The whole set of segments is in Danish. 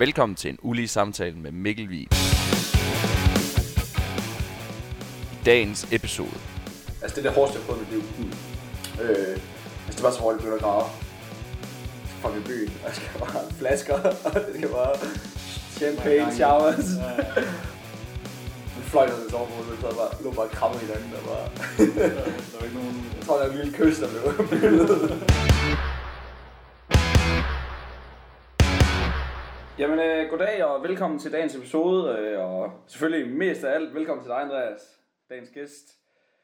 Velkommen til en ulige samtale med Mikkel Vig. I dagens episode. Altså det hårdeste jeg har fået med liv. Det var så hårdt, at grave. Fra min byen, og jeg skal bare have flasker, og det skal bare champagne showers. Nu fløjter det så over på hovedet, så jeg lå bare krammer i hinanden, og bare... Der var ikke nogen... Jeg tror, der er en lille kys, der blev bygget. Jamen, goddag og velkommen til dagens episode, og selvfølgelig mest af alt, velkommen til dig, Andreas, dagens gæst.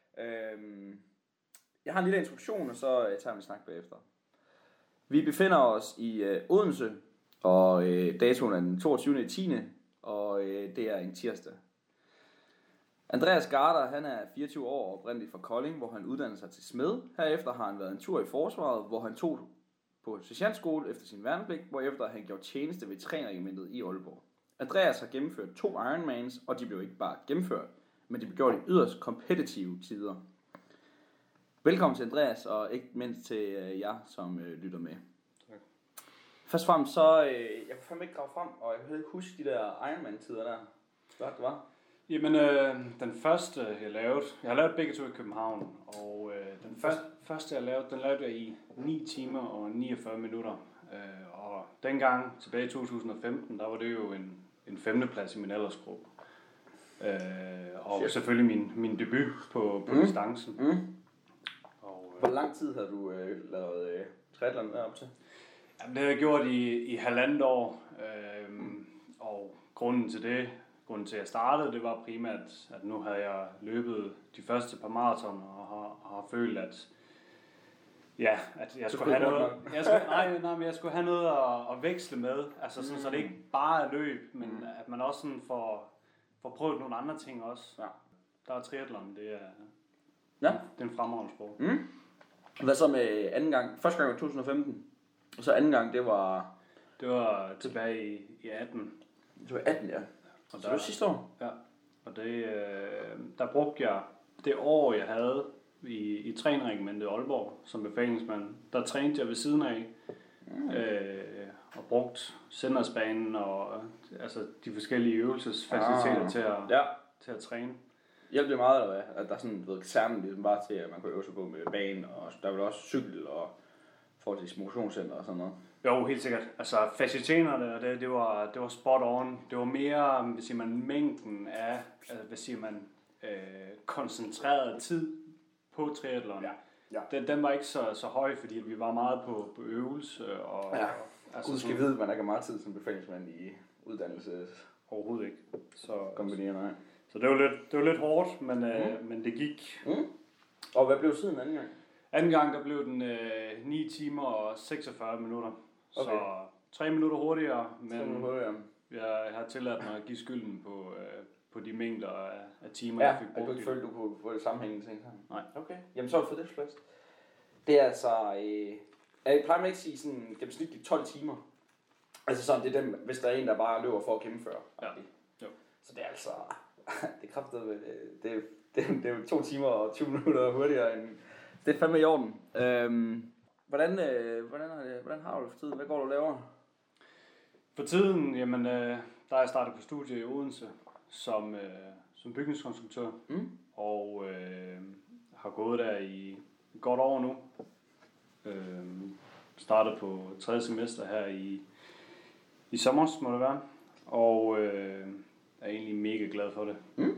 Jeg har en lille introduktion, og så tager vi en snak bagefter. Vi befinder os i Odense, og datoen er den 22.10., og det er en tirsdag. Andreas Garder, han er 24 år og oprindeligt fra Kolding, hvor han uddannede sig til smed. Herefter har han været en tur i forsvaret, hvor han tog på sergeantskole efter sin værnepligt, hvorefter han gjorde tjeneste ved trænerregimentet i Aalborg. Andreas har gennemført 2 Ironmans, og de blev ikke bare gennemført, men de blev gjort i yderst kompetitive tider. Velkommen til Andreas, og ikke mindst til jer, som lytter med. Tak. Først og fremmest så, jeg kunne fandme ikke grave frem, og jeg kan ikke huske de der Ironman-tider der. Hvad det var? Jamen, den første jeg har lavet begge to i København, og den første jeg lavede, den lavede jeg i 9 timer og 49 minutter. Og dengang, tilbage i 2015, der var det jo en 5. plads i min aldersgruppe. Og Shit. Selvfølgelig min debut på distancen. Og, Hvor lang tid har du lavet triathlon derop til? jamen, det har jeg gjort i 1,5 år, og grunden til at jeg startede, det var primært, at nu havde jeg løbet de første par maraton og har følt, at jeg skulle have noget. Jeg skulle have noget at veksle med, altså sådan, så det ikke bare er løb, men at man også sådan får prøvet nogle andre ting også. Ja. Der er triathlon, det er en fremragende sport. Hvad så med anden gang? Første gang var 2015, og så anden gang, det var tilbage i 18. Det var 18, ja. Og Så det var sidste år? Ja, og der brugte jeg det år, jeg havde i trænerregimentet i Aalborg som befalingsmand. Der trænede jeg ved siden af, og brugte sendersbanen og altså de forskellige øvelsesfaciliteter til at træne. Hjælper det meget, eller hvad? At der er sådan en kaserne ligesom bare til, at man kan øve sig på med banen, og der er vel også cykel og forholdsvis motionscenter og sådan noget? Jo, helt sikkert. Altså faciliteterne, det var spot on. Det var mere, mængden af, koncentreret tid på triathlon. Ja. Den var ikke så høj, fordi vi var meget på øvelse. Og, altså, Gud skal vide, at man ikke har meget tid som befalingsmand i uddannelse. Overhovedet ikke. Nej. Så det var lidt hårdt, men det gik. Og hvad blev siden anden gang? Anden gang, der blev den 9 timer og 46 minutter. Okay. Så 3 minutter hurtigere, men jeg har tilladt mig at give skylden på de mængder af timer, jeg fik brugt. Ja, du ikke følte, du kunne få det sammenhængende ting sammen? Nej. Okay, jamen så har du fået det plads. Det er altså, jeg plejer man ikke at sige sådan gennemsnitligt 12 timer. Altså sådan, det er dem, hvis der er en, der bare løber for at gennemføre. Ja. Jo. Så det er altså, det er kraftigt, det er jo 2 timer og 20 minutter hurtigere end, det er fandme i orden. Hvordan har du det for tiden? Hvad går du og laver? For tiden, jamen, der er jeg startet på studie i Odense som bygningskonstruktør, og har gået der i godt år nu. Startet på 3. semester her i sommer, må det være, og er egentlig mega glad for det.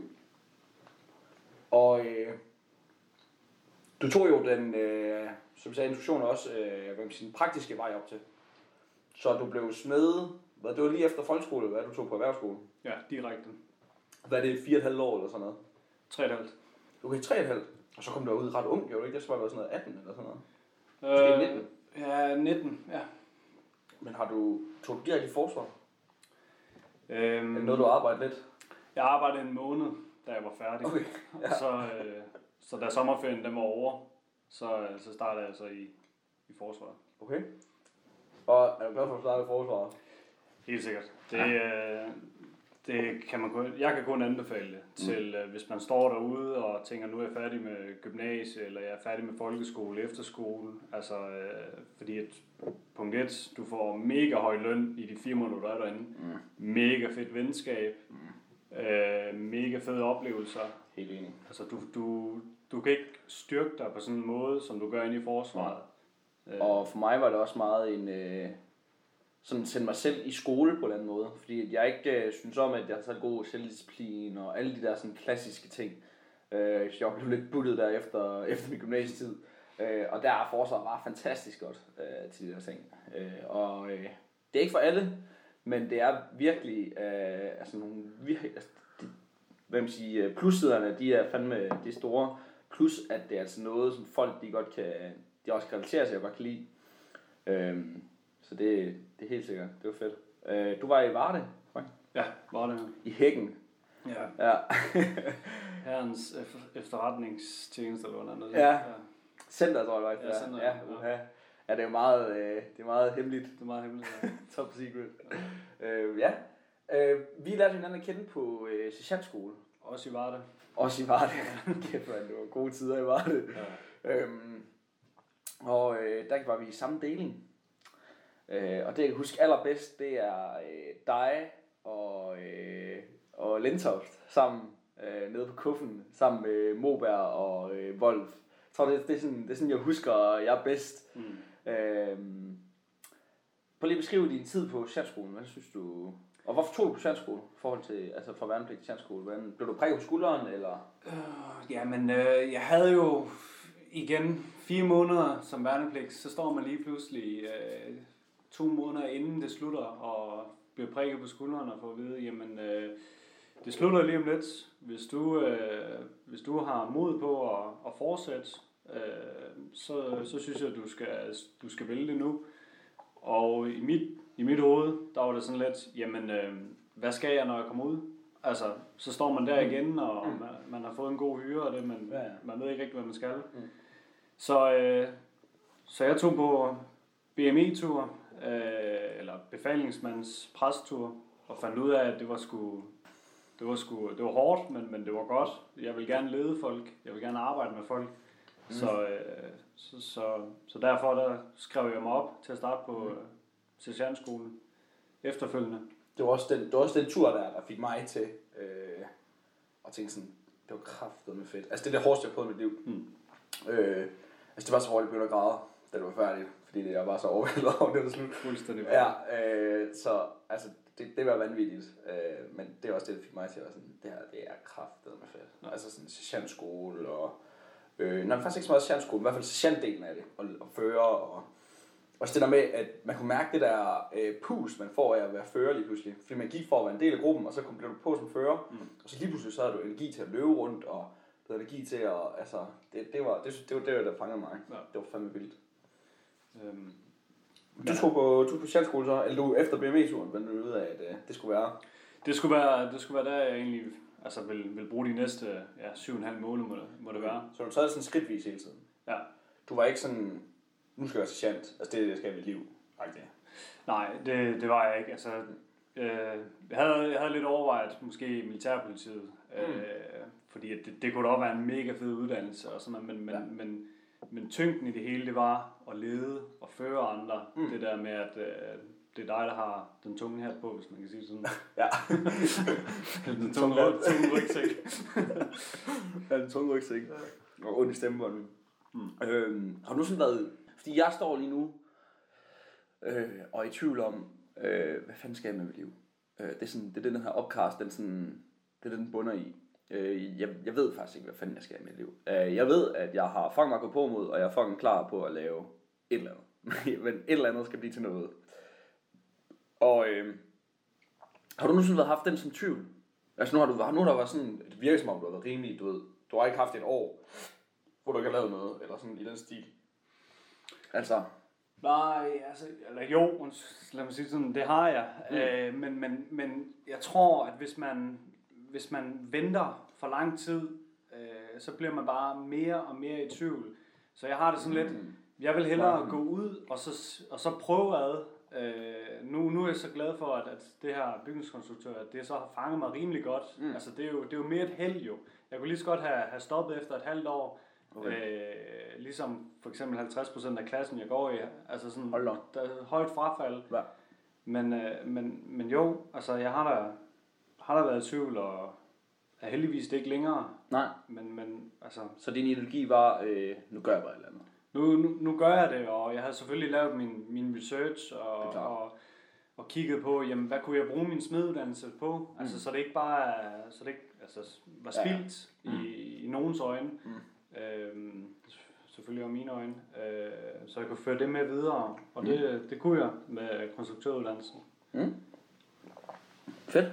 Og du tog jo den, som sagde introduktionen også, sin praktiske vej op til. Så du blev smed, det var lige efter folkeskole, hvad du tog på erhvervsskole? Ja, direkte. Hvad er det, 4,5 år eller sådan noget? 3,5. Okay, 3,5. Og så kom du ud ret ung, gjorde du ikke? Det så var det sådan noget 18 eller sådan noget? Måske 19? Ja, 19, ja. Men tog du direkte i forsvar? Er det noget, du arbejdede lidt? Jeg arbejdede en måned, da jeg var færdig. Okay, ja. Så da sommerferien den var over, så startede jeg så i forsvaret. Okay. Og er du glad for at starte i forsvaret? Helt sikkert. Jeg kan kun anbefale det til, hvis man står derude og tænker, nu er jeg færdig med gymnasie, eller jeg er færdig med folkeskole, efterskole. Altså, fordi at, punkt 1, du får mega høj løn i de 4 måneder, du er derinde. Mega fedt venskab. Mega fede oplevelser. Helt enig. Altså, du kan ikke styrke dig på sådan en måde, som du gør inde i forsvaret. Og for mig var det også meget en... sådan sende mig selv i skole på en eller anden måde. Fordi jeg ikke synes om, at jeg har så god selvdisciplin og alle de der sådan klassiske ting. Jeg blev lidt buttet der efter min gymnasietid. Og der er forsvaret bare fantastisk godt til de der ting. Det er ikke for alle, men det er virkelig altså nogle virkelig... Hvad man siger, plussiderne, de er fandme de store. Plus at det er altså noget, som folk de godt kan... De også kan relatere sig og godt kan lide. Så det er helt sikkert. Det var fedt. Du var i Varde, Frank? Ja, Varde. I Hækken. Ja. Herrens efterretningstjeneste eller noget. Ja. Center, tror jeg var. Ja, center. Ja. Ja, det er meget hemmeligt. Det er meget hemmeligt, ja. Top secret. Vi lærte hinanden at kende på sergeantskole. Også i Varde. Også i Varde. Kæft, man, det var gode tider i Varde. Ja. Der var vi i samme deling. Og det jeg kan huske allerbedst, det er dig og Lentoft sammen nede på kuffen, sammen med Moberg og Wolf. Jeg tror, det er sådan, jeg husker jeg bedst. Prøv lige at beskrive din tid på sergeantskolen. Hvad synes du? Og hvorfor tog du på sergeantskole i forhold til, altså fra værnepligt til sergeantskole? Blev du prikket på skulderen, eller? Jeg havde jo igen 4 måneder som værnepligt, så står man lige pludselig 2 måneder inden det slutter, og bliver prikket på skulderen og får at vide, jamen det slutter lige om lidt. Hvis du har mod på at fortsætte, så synes jeg, at du skal vælge det nu. Og i mit hoved, der var det sådan lidt, jamen hvad skal jeg, når jeg kommer ud? Altså, så står man der igen, og man har fået en god hyre af det, men man ved ikke rigtig, hvad man skal. Så jeg tog på BMI-tur, eller befalingsmands prestur, og fandt ud af, at det var hårdt, men det var godt. Jeg vil gerne lede folk, jeg vil gerne arbejde med folk. Så derfor der skrev jeg mig op til at starte på sergeantskolen efterfølgende. Det var også den tur der fik mig til at tænke sådan, det var kraftedeme fedt. Altså det er det hårdeste jeg prøvede i mit liv. Altså det var så hårdt, jeg begyndte at græde, da det var færdigt, fordi jeg var så overvældet over det, der slut. Fuldstændig. Ja, så altså det var vanvittigt, men det er også det, der fik mig til at være sådan, det er kraftedeme fedt. Altså sådan sergeantskole og faktisk ikke så meget sergeantskole, i hvert fald sergeantdelen af det, og fører og også det der med, at man kunne mærke det der pus, man får af at være fører lige pludselig. Fordi man gik for at være en del af gruppen, og så blev du på som fører. Og så lige pludselig så havde du energi til at løbe rundt, og du havde energi til at... Altså, det var det, der fangede mig. Ja. Det var fandme vildt. Du tog på sergeantskole så, eller du efter BME-turen, fandt du ud af, at det skulle være... Det skulle være der, jeg egentlig altså, vil bruge de næste 7,5 måneder, må det være. Så du tager det sådan skridtvis hele tiden? Ja. Du var ikke sådan... Nu skal jeg være sergeant. Altså det skal jeg i mit liv. Okay. Nej, det var jeg ikke. Altså, jeg havde lidt overvejet måske militærpolitiet. Fordi det kunne da også være en mega fed uddannelse og sådan noget, men tyngden i det hele, det var at lede og føre andre. Det der med, at det er dig, der har den tunge hat på, hvis man kan sige sådan. Ja. Den tunge rygsæk. Ja, den tunge rygsæk. Og ondt i stemmebåndet. Har du sådan været... Fordi jeg står lige nu og er i tvivl om, hvad fanden skal jeg med mit liv? Det er den her opcast, det er den bunder i. Jeg ved faktisk ikke, hvad fanden jeg skal med mit liv. Jeg ved, at jeg har fucking meget gå på mod, og jeg er fucking klar på at lave et eller andet. Men et eller andet skal blive til noget. Og har du nogensinde haft den som tvivl? Altså nu har der været sådan, det virker som om du har været rimelig, du har ikke haft et år, hvor du ikke har lavet noget, eller sådan i den stil. Altså. Nej, altså, eller jo, lad mig sige sådan, det har jeg. Men jeg tror, at hvis man venter for lang tid, så bliver man bare mere og mere i tvivl. Så jeg har det sådan lidt, jeg vil hellere gå ud og så prøve ad, Nu er jeg så glad for, at det her bygningskonstruktør, at det så har fanget mig rimelig godt. Altså, det er jo mere et held jo. Jeg kunne lige så godt have stoppet efter et halvt år. Okay. Ligesom for eksempel 50% af klassen, jeg går i. Altså sådan, der er højt frafald. Ja. Men jo, altså jeg har der været i tvivl, og er heldigvis det ikke længere. Nej. Men altså... Så din ideologi var, nu gør jeg bare et eller andet? Nu gør jeg det, og jeg har selvfølgelig lavet min research og kigget på, jamen, hvad kunne jeg bruge min smeduddannelse på? Altså, så det ikke bare var spildt i nogens øjne. Selvfølgelig var mine øjne. Så jeg kunne føre det med videre, og det kunne jeg med konstruktøruddannelsen. Fedt.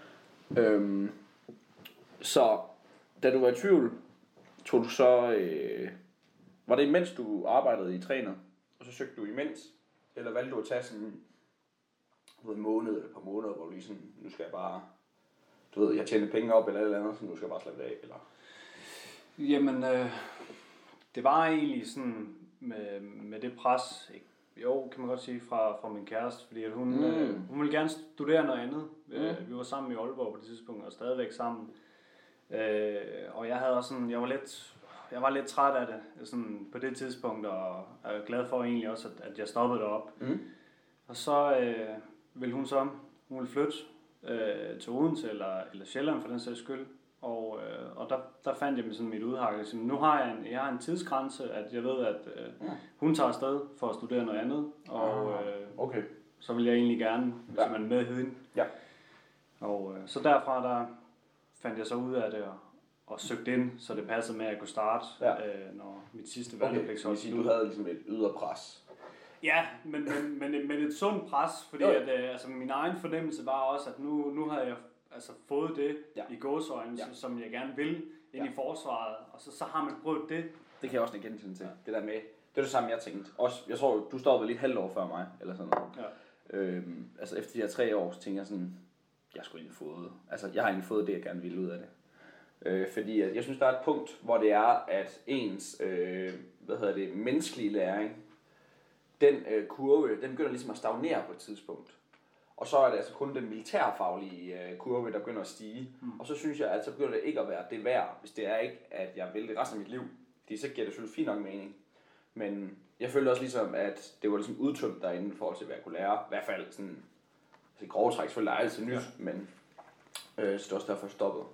Så da du var i tvivl, tog du så... var det imens du arbejdede i træner, og så søgte du imens? Eller valgte du at tage sådan en måned eller et par måneder, hvor du lige sådan, nu skal jeg bare... Du ved, jeg tjener penge op eller et eller andet, så nu skal jeg bare slappe af, eller... Jamen, det var egentlig sådan med det pres, jo, kan man godt sige, fra min kæreste, fordi at hun ville gerne studere noget andet. Vi var sammen i Aalborg på det tidspunkt, og stadigvæk sammen. Og jeg havde også sådan, jeg var lidt træt af det sådan på det tidspunkt, og er glad for egentlig også, at jeg stoppede derop. Og så ville hun flytte til Odense eller Sjælland for den sags skyld. Og der fandt jeg sådan mit udhak. Nu har jeg en tidsgrænse, at jeg ved, at hun tager afsted for at studere noget andet. Og okay. Så vil jeg egentlig gerne simpelthen med hende. Ja. Og så derfra der fandt jeg så ud af det og søgte ind, så det passede med at jeg kunne starte, når mit sidste værnepligt så okay. Du havde ligesom et ydre pres. Ja, men et sundt pres, fordi at, altså, min egen fornemmelse var også, at nu havde jeg altså fået det i gåseøjne, som jeg gerne vil ind i forsvaret, og så har man prøvet det. Det kan jeg også ikke genkende til, det der med. Det er det samme, jeg tænkte. Også, jeg tror, du stoppede lige et halvt år før mig, eller sådan noget. Ja. Altså efter de her 3 år, så tænkte jeg sådan, jeg skulle egentlig fået, altså jeg har egentlig fået det, jeg gerne ville ud af det. Fordi at jeg synes, der er et punkt, hvor det er, at ens, menneskelige læring, den kurve, den begynder ligesom at stagnere på et tidspunkt. Og så er det altså kun den militærfaglige kurve, der begynder at stige. Og så synes jeg, at så begynder det ikke at være det værd, hvis det er ikke, at jeg vil det resten af mit liv. Fordi så giver det selvfølgelig fint nok mening. Men jeg følte også ligesom, at det var ligesom udtømt derinde i forhold til, hvad jeg kunne lære. I hvert fald sådan, altså grove træk selvfølgelig er altid nyt, men så det er også derfor, jeg stoppede.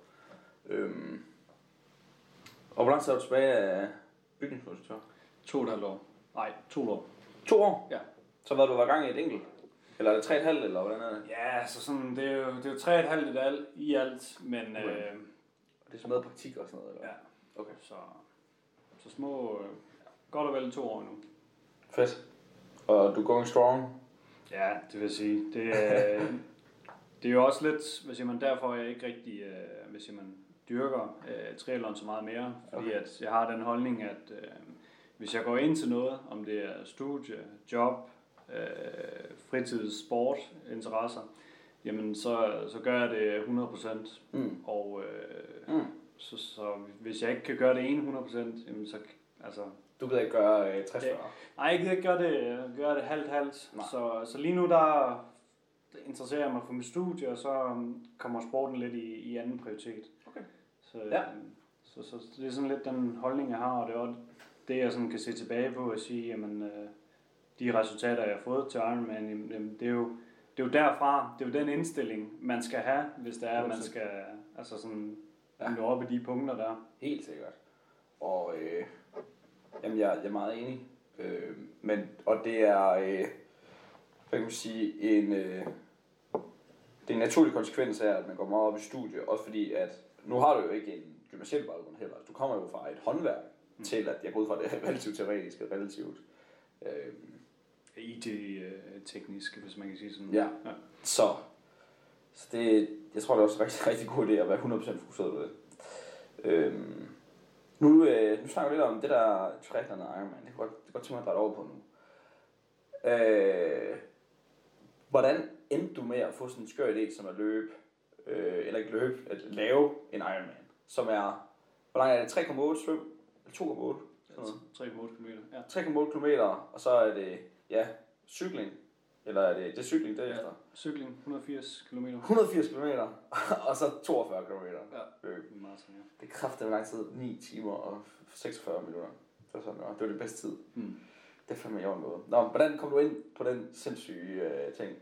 Og hvor lang tid er du tilbage af bygningskonstruktør? 2,5 år. Nej, 2 år. 2 år? Ja. Så hvad du var i gang i et enkelt? Eller er det 3,5 eller hvordan er det? Ja, så sådan, det er jo 3,5 i alt, men... det er så med praktik og sådan noget, eller? Ja. Okay. Så små... godt og vel 2 år nu. Fedt. Og du er going strong? Ja, det vil jeg sige. Det er jo også lidt, hvis man derfor jeg ikke rigtig, hvis man dyrker triathlon så meget mere, fordi at jeg har den holdning, at hvis jeg går ind til noget, om det er studie, job, fritids, sport, interesser, jamen så gør jeg det 100%. Og så hvis jeg ikke kan gøre det 100%, jamen så altså... Du gider ikke gøre 60 40? Nej, jeg gider ikke gøre det halvt. Så lige nu der interesserer jeg mig for mit studie, og så kommer sporten lidt i anden prioritet. Okay. Så det er sådan lidt den holdning, jeg har, og det er også det, jeg sådan kan se tilbage på og sige, jamen, de resultater, jeg har fået til Ironman, jamen, det er jo derfra, det er jo den indstilling, man skal have, hvis det er, at man skal altså sådan, nå op i de punkter der. Helt sikkert. Og jamen, jeg er meget enig. Og det er, hvad kan man sige, det er en naturlig konsekvens af, at man går meget op i studie, også fordi, at nu har du jo ikke en gymnasiel baggrund heller. Du kommer jo fra et håndværk til, at jeg går ud fra, det er relativt teoretisk og relativt... IT-teknisk, hvis man kan sige sådan. Ja. Så det, jeg tror, det er også en rigtig, rigtig god idé at være 100% fokuseret på det. Nu snakker vi lidt om det der triathlon og Ironman. Det er godt til mig at dreje over på nu. Hvordan endte du med at få sådan en skør idé, som at løbe, at lave en Ironman, som er, hvor lang er det, 3,8 svøm? Eller 2,8? 3,8 km. Ja. 3,8 km, og så er det, cykling, Eller er det cykling derefter? Ja, cykling 180 km. 180 km, og så 42 km. Ja, løb. maraton, ja. Det er kraftigt lang tid. 9 timer og 46 minutter. Det var sådan, det var det bedste tid. Det er fandme i orden gået. Nå, hvordan kom du ind på den sindssyge ting?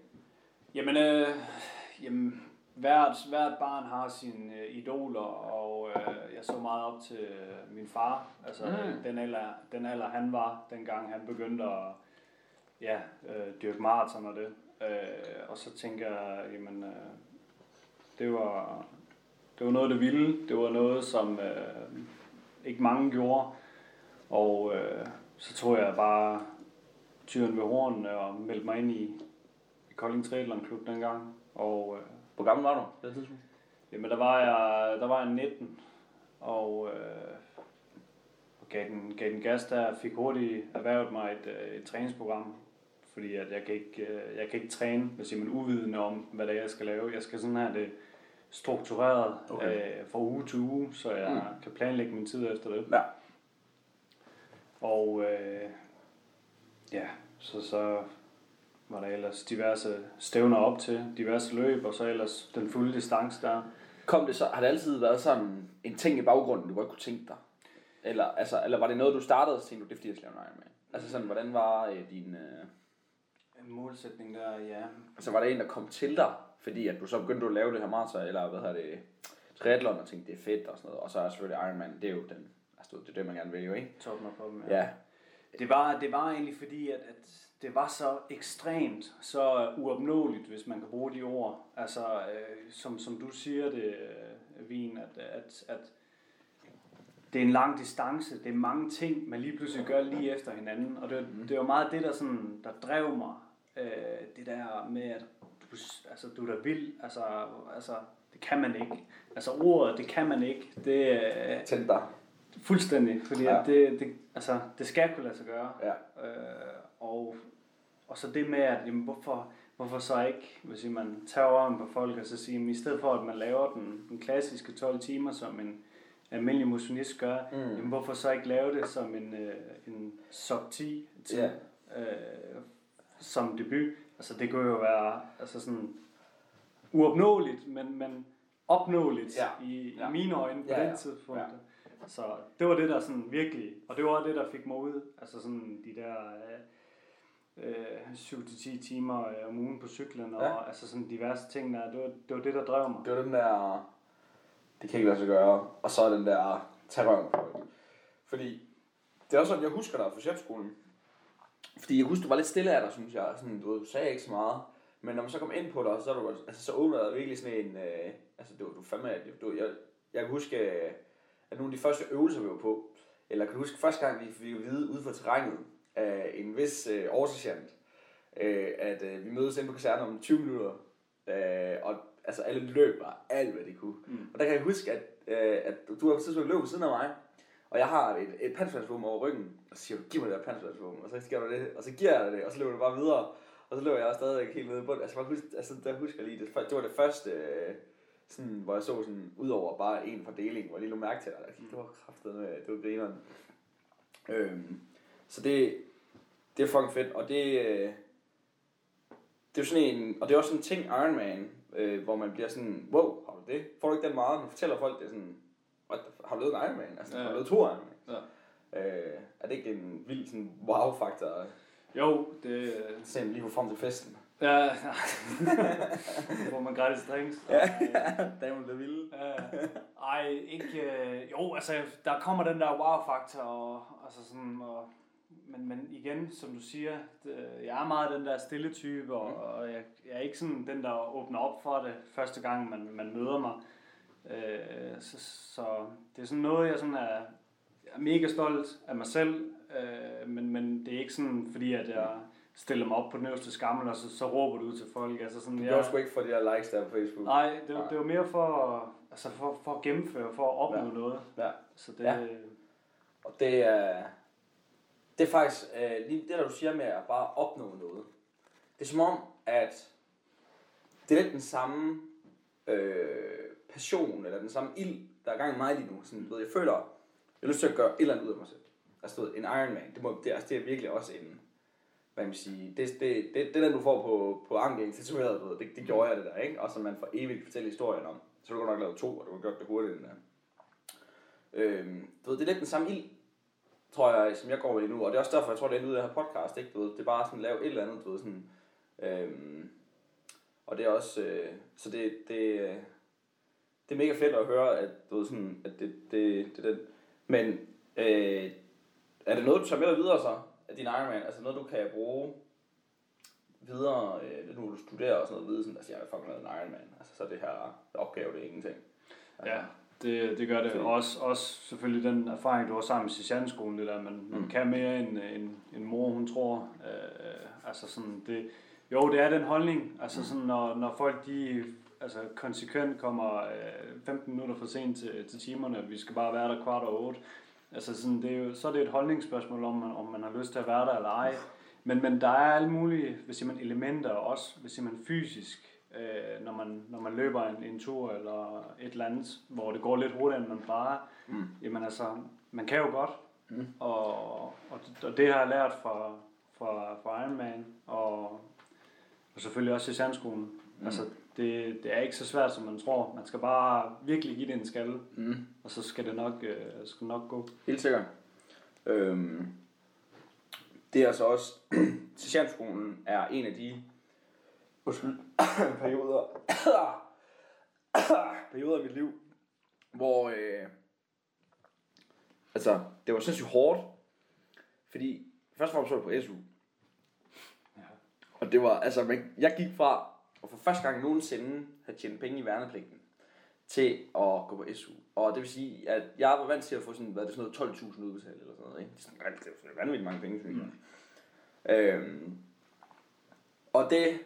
Jamen, hvert barn har sine idoler, og jeg så meget op til min far. Altså den alder han var, dengang han begyndte at dyrke maraton og det. Og så tænker jeg, jamen, det var noget, det ville. Det var noget, som ikke mange gjorde. Og så tror jeg bare tyren ved hornene og meldte mig ind i Kolding Triathlon Klub dengang. Og hvor gammel var du på det tidspunkt? Jamen der var jeg 19 og gav den gas der, fik hurtigt erhvervet mig et træningsprogram, fordi at jeg kan ikke træne, hvis jeg er uvidende om hvad det er jeg skal lave. Jeg skal sådan have det struktureret fra uge til uge, så jeg kan planlægge min tid efter det. Ja. Og så var der ellers diverse stævner op til, diverse løb, og så ellers den fulde distance der. Har det altid været sådan en ting i baggrunden, du godt kunne tænke dig? Eller var det noget, du startede, og tænkte du, det er fordi, jeg skal lave en Ironman? Altså sådan, hvordan var din... En målsætning der, ja. Altså var det en, der kom til dig, fordi at du så begyndte at lave det her maraton, eller triathlon, og tænkte, det er fedt og sådan noget, og så er selvfølgelig Ironman, det er jo den, altså det er det, man gerne vil jo, ikke? Toppen af poppen, ja. Det var egentlig fordi, at det var så ekstremt, så uopnåeligt, hvis man kan bruge de ord. Altså, som du siger det, Vin, at det er en lang distance, det er mange ting, man lige pludselig gør lige efter hinanden. Og det var meget det, der drev mig. Det der med, at du er da vild, altså, det kan man ikke. Altså ordet, det kan man ikke. Det tænd dig. Fuldstændig, fordi at det skal kunne lade sig gøre. Ja. Og så det med, at jamen, hvorfor så ikke, hvis man tager over på folk og så siger, i stedet for at man laver den klassiske 12 timer, som en almindelig motionist gør, jamen, hvorfor så ikke lave det som en sub 10 til, som debut. Altså det kunne jo være sådan uopnåeligt, men opnåeligt i mine øjne på den tidspunkt. Ja. Så det var det der sådan virkelig, og det var det der fik mig ud, altså sådan de der 7-10 timer om ugen på cyklen og altså sådan diverse ting der, det var det der drev mig. Det var den der, det kan ikke lade sig gøre, og så den der terrøren på det. Fordi det er også sådan, jeg husker dig fra chefskolen, fordi jeg husker du var lidt stille af dig, synes jeg, sådan du sagde ikke så meget, men når man så kom ind på dig, så var du, altså så åbnede der virkelig sådan en, altså du fandme, jeg kan huske at nogle af de første øvelser, vi var på, eller kan du huske første gang, vi fik at vide ude for terrænet af en vis oversergeant, at vi mødes inde på kasernen om 20 minutter, og altså alle løb var alt, hvad de kunne. Og der kan jeg huske, at du har på tidspunkt løbet ved siden af mig, og jeg har et panservandsvåben over ryggen, og så siger du, giv mig det der panservandsvåben, og så giver du det, og så giver jeg dig det, og så løber du bare videre, og så løber jeg stadig helt nede i bunden. Altså der husker jeg lige, det var det første... sådan, hvor jeg så sådan, ud over bare en fordeling, hvor jeg lige lå mærke til dig, det var kraftedeme, det var grineren. Så det er fucking fedt, og det er jo sådan en, og det er også sådan en ting, Ironman, hvor man bliver sådan, wow, har du det? Får du ikke den meget? Man fortæller folk, det er sådan, har du lavet en Ironman? Altså, har du lavet 2 Ironman? Ja. Er det ikke en vild sådan, wow-faktor? Jo, det... Sen lige på frem til festen. Ja, hvor man gratis drinks. Damen blev vilde. Ej, ikke... Jo, altså, der kommer den der wow-faktor, og, altså sådan, men igen, som du siger, jeg er meget den der stille type, og jeg er ikke sådan den, der åbner op for det første gang, man møder mig. Så det er sådan noget, jeg sådan er mega stolt af mig selv, men det er ikke sådan, fordi at jeg stiller mig op på den øverste skammel, og så råber du ud til folk. Altså sådan, det var sgu ikke for de der likes der på Facebook. Nej, det var mere for at gennemføre, for at opnå noget. Ja. Så det... Og det er faktisk lige det, der du siger med at bare opnå noget. Det er som om, at det er lidt den samme passion, eller den samme ild, der er i gang i mig lige nu. Sådan, jeg føler, jeg har lyst til at gøre et eller andet ud af mig selv. Altså en Ironman, det er virkelig også en, hvad man sige, det der du får på anklen tatoveret, du ved, det gjorde jeg det der, ikke? Og som man for evigt fortæller historien om. Så du kan nok lave 2, og du har gjort det hurtigt den der. Du ved, det er lidt den samme ild, tror jeg, som jeg går i nu, og det er også derfor, jeg tror, det er ud af her podcast, ikke? Du ved, det er bare sådan at lave et eller andet, du ved, sådan, og det er også, så det er mega fedt at høre, at du ved, sådan, at det er den, men er det noget, du tager med dig videre så, af din Ironman, altså noget, du kan bruge videre, nu du studerer og sådan noget, videre, sådan, altså jeg har fucking lavet en Ironman, altså så det her opgave, det er ingenting. Altså, ja. Det gør det. Også selvfølgelig den erfaring, du har sammen med Sergentskolen, det der, man kan mere end mor, hun tror. Altså sådan, det er den holdning. Altså sådan, når folk de konsekvent kommer 15 minutter for sent til timerne, vi skal bare være der 7:15. Altså sådan, så er det et holdningsspørgsmål, om man har lyst til at være der eller ej. Men der er alle mulige, elementer også, fysisk. Når man løber en tur eller et eller andet, hvor det går lidt hurtigere, end man plejer, jamen altså, man kan jo godt, og det har jeg lært fra Ironman, og selvfølgelig også i Sergentskolen. Altså, det er ikke så svært, som man tror. Man skal bare virkelig give det en skalle, og så skal det nok gå. Helt sikkert. Det er altså også, Sergentskolen er en af de perioder i mit liv, hvor det var sindssygt hårdt, fordi først og fremmest var det på SU. Ja. Og det var, jeg gik fra at for første gang nogensinde have tjent penge i værnepligten, til at gå på SU. Og det vil sige, at jeg var vant til at få sådan noget 12.000 udbetalt eller sådan noget, ikke? Det er sådan vanvittigt mange penge, synes jeg. Og det,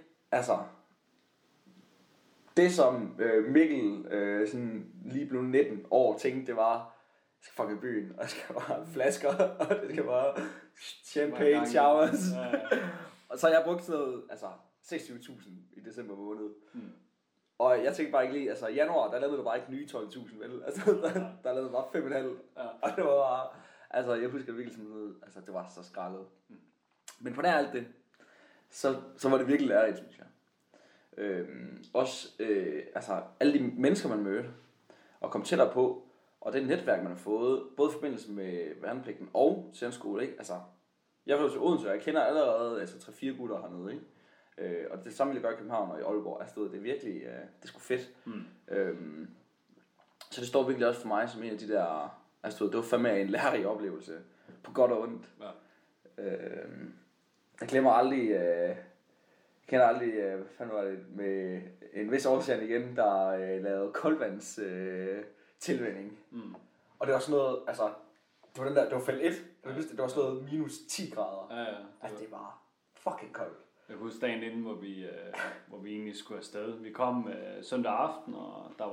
det som Mikkel sådan lige blev 19 år tænkte, det var, jeg skal fucking i byen, og jeg skal bare have flasker, og det skal bare champagne showers. Ja. Og så har jeg brugt sådan noget, 26.000 i december måned. Og jeg tænkte bare ikke lige, i januar, der lavede du bare ikke nye 12.000, vel? Der lavede du bare 5,5. Ja. Og det var bare, jeg husker virkelig sådan noget, det var så skrællet. Men på nær alt det, så var det virkelig lærerigt, synes jeg. Alle de mennesker, man mødte, og kom tættere på, og det netværk, man har fået, både i forbindelse med værnepligten og Sergentskole, ikke? Jeg var til Odense, og jeg kender allerede 3-4 gutter hernede, ikke? Og det samme vil jeg gøre i København og i Aalborg. Det er virkelig, det er sgu fedt. Så det står virkelig også for mig som en af de der, det var fandme en lærerig oplevelse, på godt og ondt. Ja. Jeg glemmer aldrig, kender aldrig, hvad fanden var det, med en vis årsager igen, der lavede koldvands tilvænning. Og det var sådan noget, det var den der, det var felt 1, det var sådan noget minus 10 grader. Ja. Det var fucking koldt. Jeg husker dagen inden, hvor vi egentlig skulle afsted. Vi kom søndag aften, og der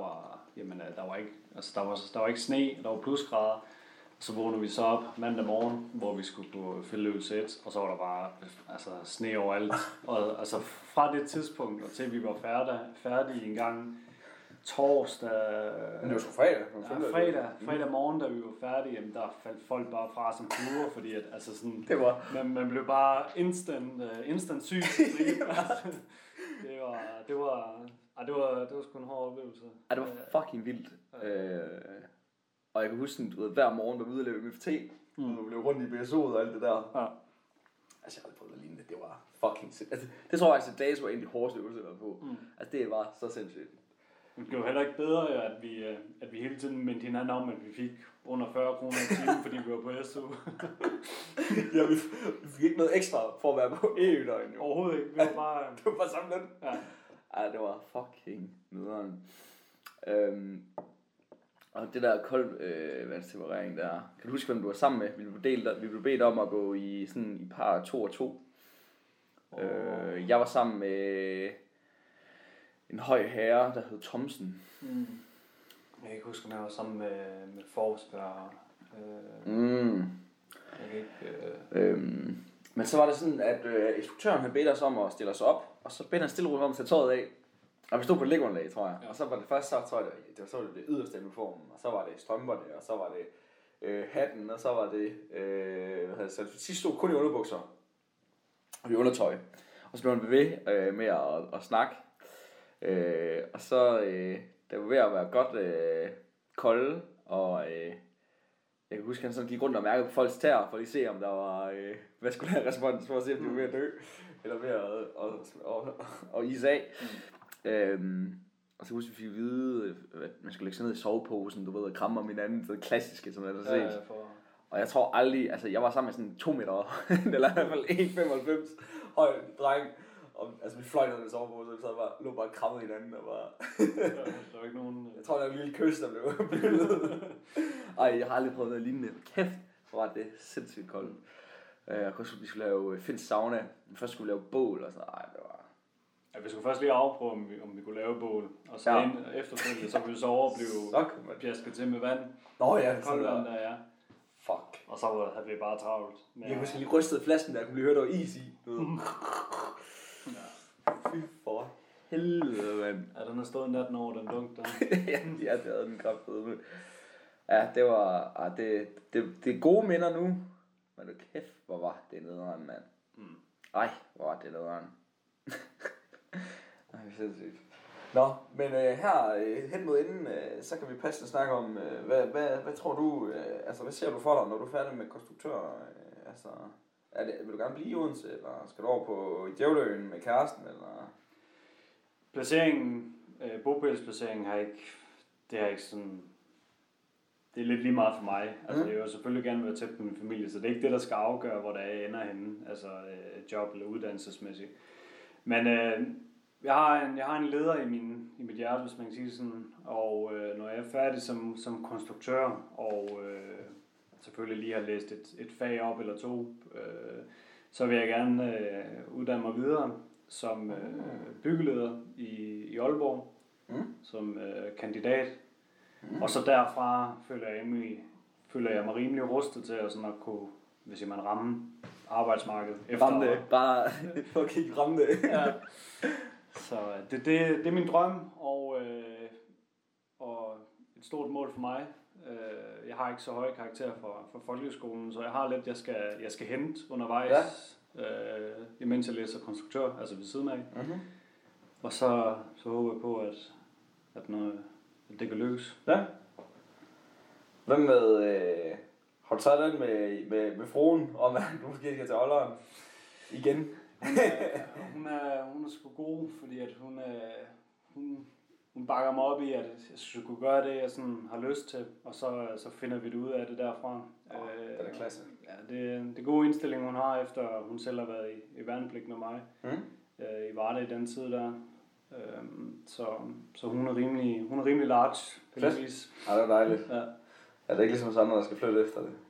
var ikke sne, der var plusgrader. Så vågnede vi så op mandag morgen, hvor vi skulle på feltøvelse 1, og så var der bare sne overalt. Og fra det tidspunkt og til vi var færdige en gang torsdag. Men det var sgu fredag. Fredag morgen, da vi var færdige, jamen, der faldt folk bare fra som fluer, fordi at man blev bare instant syg. Det var sgu en hård oplevelse. Det var fucking vildt. Og jeg kan huske, hver morgen var vi ude og løbe MFT, og vi blev rundt i BSO'et og alt det der. Ja. Jeg havde prøvet at ligne det var fucking sindssygt. Det tror jeg, at dagen var en af de hårdeste øvelser, jeg var på. Det var så sindssygt. Det blev heller ikke bedre, at vi hele tiden mindte hinanden om, at vi fik under 40 kroner i timen, fordi vi var på SU. Ja, vi fik ikke noget ekstra for at være på EU-døgn. Overhovedet ikke. Vi var bare... det var bare samme løn. Ja. Ej, det var fucking nederen. Og det der koldvandstemperering der, kan du huske, hvem du var sammen med? Vi blev bedt om at gå i sådan i par 2 og 2. Jeg var sammen med en høj herre, der hed Thomsen. Jeg kan ikke huske, om jeg var sammen med Forsberg. Men så var det sådan, at instruktøren havde bedt os om at stille os op, og så bedte han stille rundt om at tage tøjet af. Og vi stod på et læggrundlag, tror jeg. Ja. Og så var det først, så tror jeg, det var det yderste af uniformen, og så var det strømperne, og så var det hatten, og så var det, så sidst stod kun i underbukser. og i undertøj. Og så blev han ved med at snakke. Og så, det var ved at være godt kolde, og jeg kan huske, at han sådan gik rundt og mærkede på folks tæer, for at se, om der var vaskulær respons, for at se, om de var ved at dø, eller ved at ise af. Og så husker vi fik at vide, at man skulle lægge sig ned i soveposen, du ved, og kramme om hinanden, det klassiske, som man har set. Og jeg tror aldrig, altså jeg var sammen med sådan 2 meter, eller i hvert fald 1,95 høj dreng. Og, altså vi fløj ned i soveposen, så vi lå bare krammet hinanden, og bare... der var ikke nogen... Jeg tror, der var en lille kys, der blev bøllet. Ej, jeg har aldrig prøvet noget lignende. Kæft, hvor var det sindssygt koldt. Jeg kunne huske, vi skulle lave finsk sauna. Først skulle vi lave bål, og så ej, det var... Ja, vi skulle først lige afprøve, om vi kunne lave bål. Og så efterfølgende, så ville vi så over blive pjasket til med vand. Nå ja, koldt vand der, ja. Fuck. Og så havde vi bare travlt. Jeg kunne huske, lige rystede flasken der, kunne blive hørt, der var is i. Fy for helvede, mand. Ja, den har stået natten over den dunk der. Ja, det havde den kraftedeme. Ja, det var... Det er gode minder nu. Men du kæft, hvor var det nederen, mand. Ej, hvor var det nederen. Ej, sindssygt. Nå, men her hen mod enden, så kan vi passende snakke om, hvad tror du, altså hvad ser du for dig, når du er færdig med konstruktør? Altså, vil du gerne blive i Odense, eller skal du over på Djævleøen med kæresten, eller? Placeringen, bopælsplaceringen har ikke sådan, det er lidt lige meget for mig. Altså jeg vil selvfølgelig gerne være tæt på min familie, så det er ikke det, der skal afgøre, hvor der ender henne, altså job eller uddannelsesmæssigt. Men jeg har en leder i mit hjerte, hvis man kan sige det sådan, og når jeg er færdig som konstruktør, og selvfølgelig lige har læst et fag op eller 2, så vil jeg gerne uddanne mig videre som byggeleder i Aalborg, som kandidat. Og så derfra føler jeg mig rimelig rustet til at, sådan at kunne, hvis man ramme arbejdsmarkedet efter. Ramme det, bare for at kigge ramme det. Ja. Så det er min drøm, og et stort mål for mig. Jeg har ikke så høje karakterer for folkeskolen, så jeg har lidt, jeg skal hente undervejs, imens jeg læser konstruktør, altså ved siden af. Og så håber jeg på, at det kan lykkes. Ja. Hvad med, har du taget den med fruen, om at du måske skal til Olderen igen? Hun er sgu god, fordi at hun bakker mig op i, at jeg skulle kunne gøre det, jeg sådan har lyst til, og så finder vi det ud af det derfra. Det er klasse. Ja, det er gode indstilling, hun har, efter hun selv har været i værnepligt med mig. I Varde i den tid der. Så hun er rimelig large, heldigvis. Ja, det er dejligt. Ja. Ja, det er ikke ligesom sådan, der skal flytte efter det.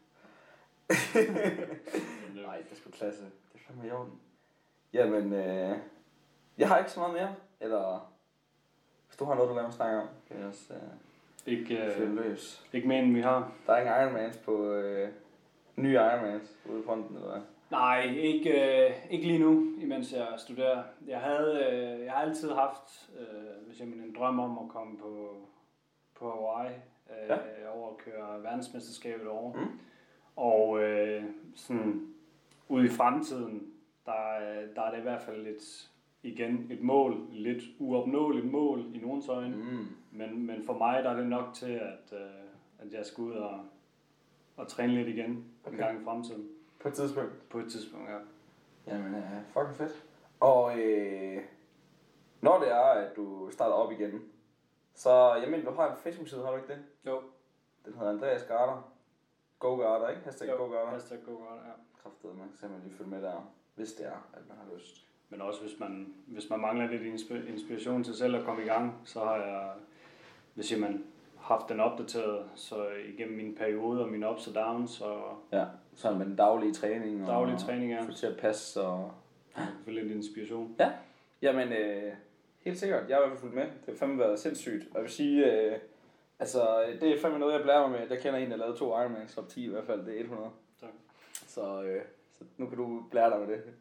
Nej, det er sgu klasse. Det er fandme i orden. Jamen, jeg har ikke så meget mere. Eller, hvis du har noget, du gerne vil snakke om, kan jeg også finde løs. Ikke mere, end vi har. Der er ingen Ironmans på nye Ironmans ude i fronten, eller hvad? Nej, ikke lige nu, imens jeg studerer. Jeg har altid haft en drøm om at komme på Hawaii over at køre verdensmesterskabet over. Og sådan ud i fremtiden, der er det i hvert fald et mål, lidt uopnåeligt mål i nogens øjne. Men for mig der er det nok til, at jeg skal ud og træne lidt igen en gang i fremtiden. På et tidspunkt? På et tidspunkt, ja. Jamen, fucking fedt. Og når det er, at du starter op igen, så jeg mener, du har en Facebook-side, har du ikke det? Jo. Den hedder Andreas Garder. Go-Garder, ikke? Hashtag Go-Garder. Hashtag Go-Garder, ja. Kraftedeme, man kan simpelthen lige følge med der, hvis det er, at man har lyst. Men også hvis man mangler lidt inspiration til selv at komme i gang, så har jeg, man haft den opdateret, så igennem min periode og mine ups og downs. Ja, så med den daglige træning. Ja. Få til at passe og... få lidt inspiration. Ja, jamen helt sikkert. Jeg har i hvert fald fulgt med. Det har fandme været sindssygt. Og jeg vil sige, altså det er fandme noget, jeg blærer mig med. Jeg kender en, der lavede 2 Ironmans, top 10 i hvert fald. Det er 100. Tak. Så nu kan du blære dig med det.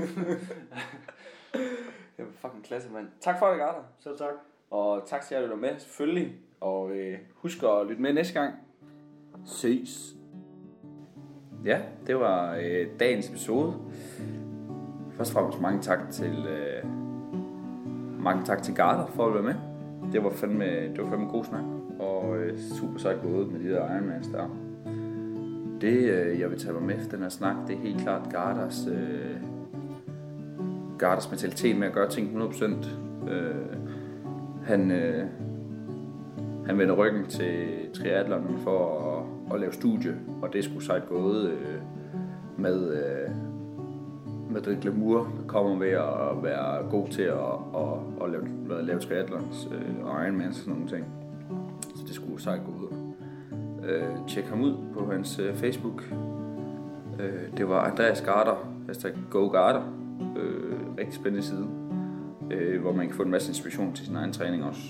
Det var fucking klasse, mand. Tak for det, Garder. Selv tak. Og tak til jer, der var med, selvfølgelig. Og husk at lytte med næste gang. Ses. Ja, det var dagens episode. Først og fremmest mange tak til Garter for at være med. Det var fandme god snak, og super sejt gået med de der Ironmans der. Det, jeg vil tage mig med for den her snak, det er helt klart Garters mentalitet med at gøre ting 100%. Han vender ryggen til triathlon for at lave studie, og det er sgu sejt gået med det glamour, der kommer ved at være god til at lave triathlons og Ironmans og sådan nogle ting. Så det er sgu sejt gået. Tjek ham ud på hans Facebook. Det var Andreas Garter, #GoGarter. Rigtig spændende side, hvor man kan få en masse inspiration til sin egen træning også.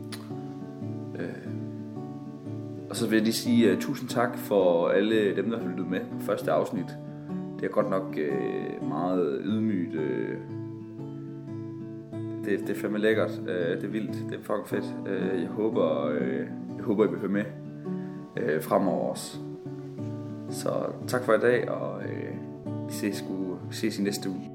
Og så vil jeg lige sige tusind tak for alle dem, der har lyttet med på første afsnit. Det er godt nok meget ydmygt. Det er fandme lækkert. Det er vildt. Det er fucking fedt. Jeg håber, I vil høre med fremover også. Så tak for i dag, og vi ses i næste uge.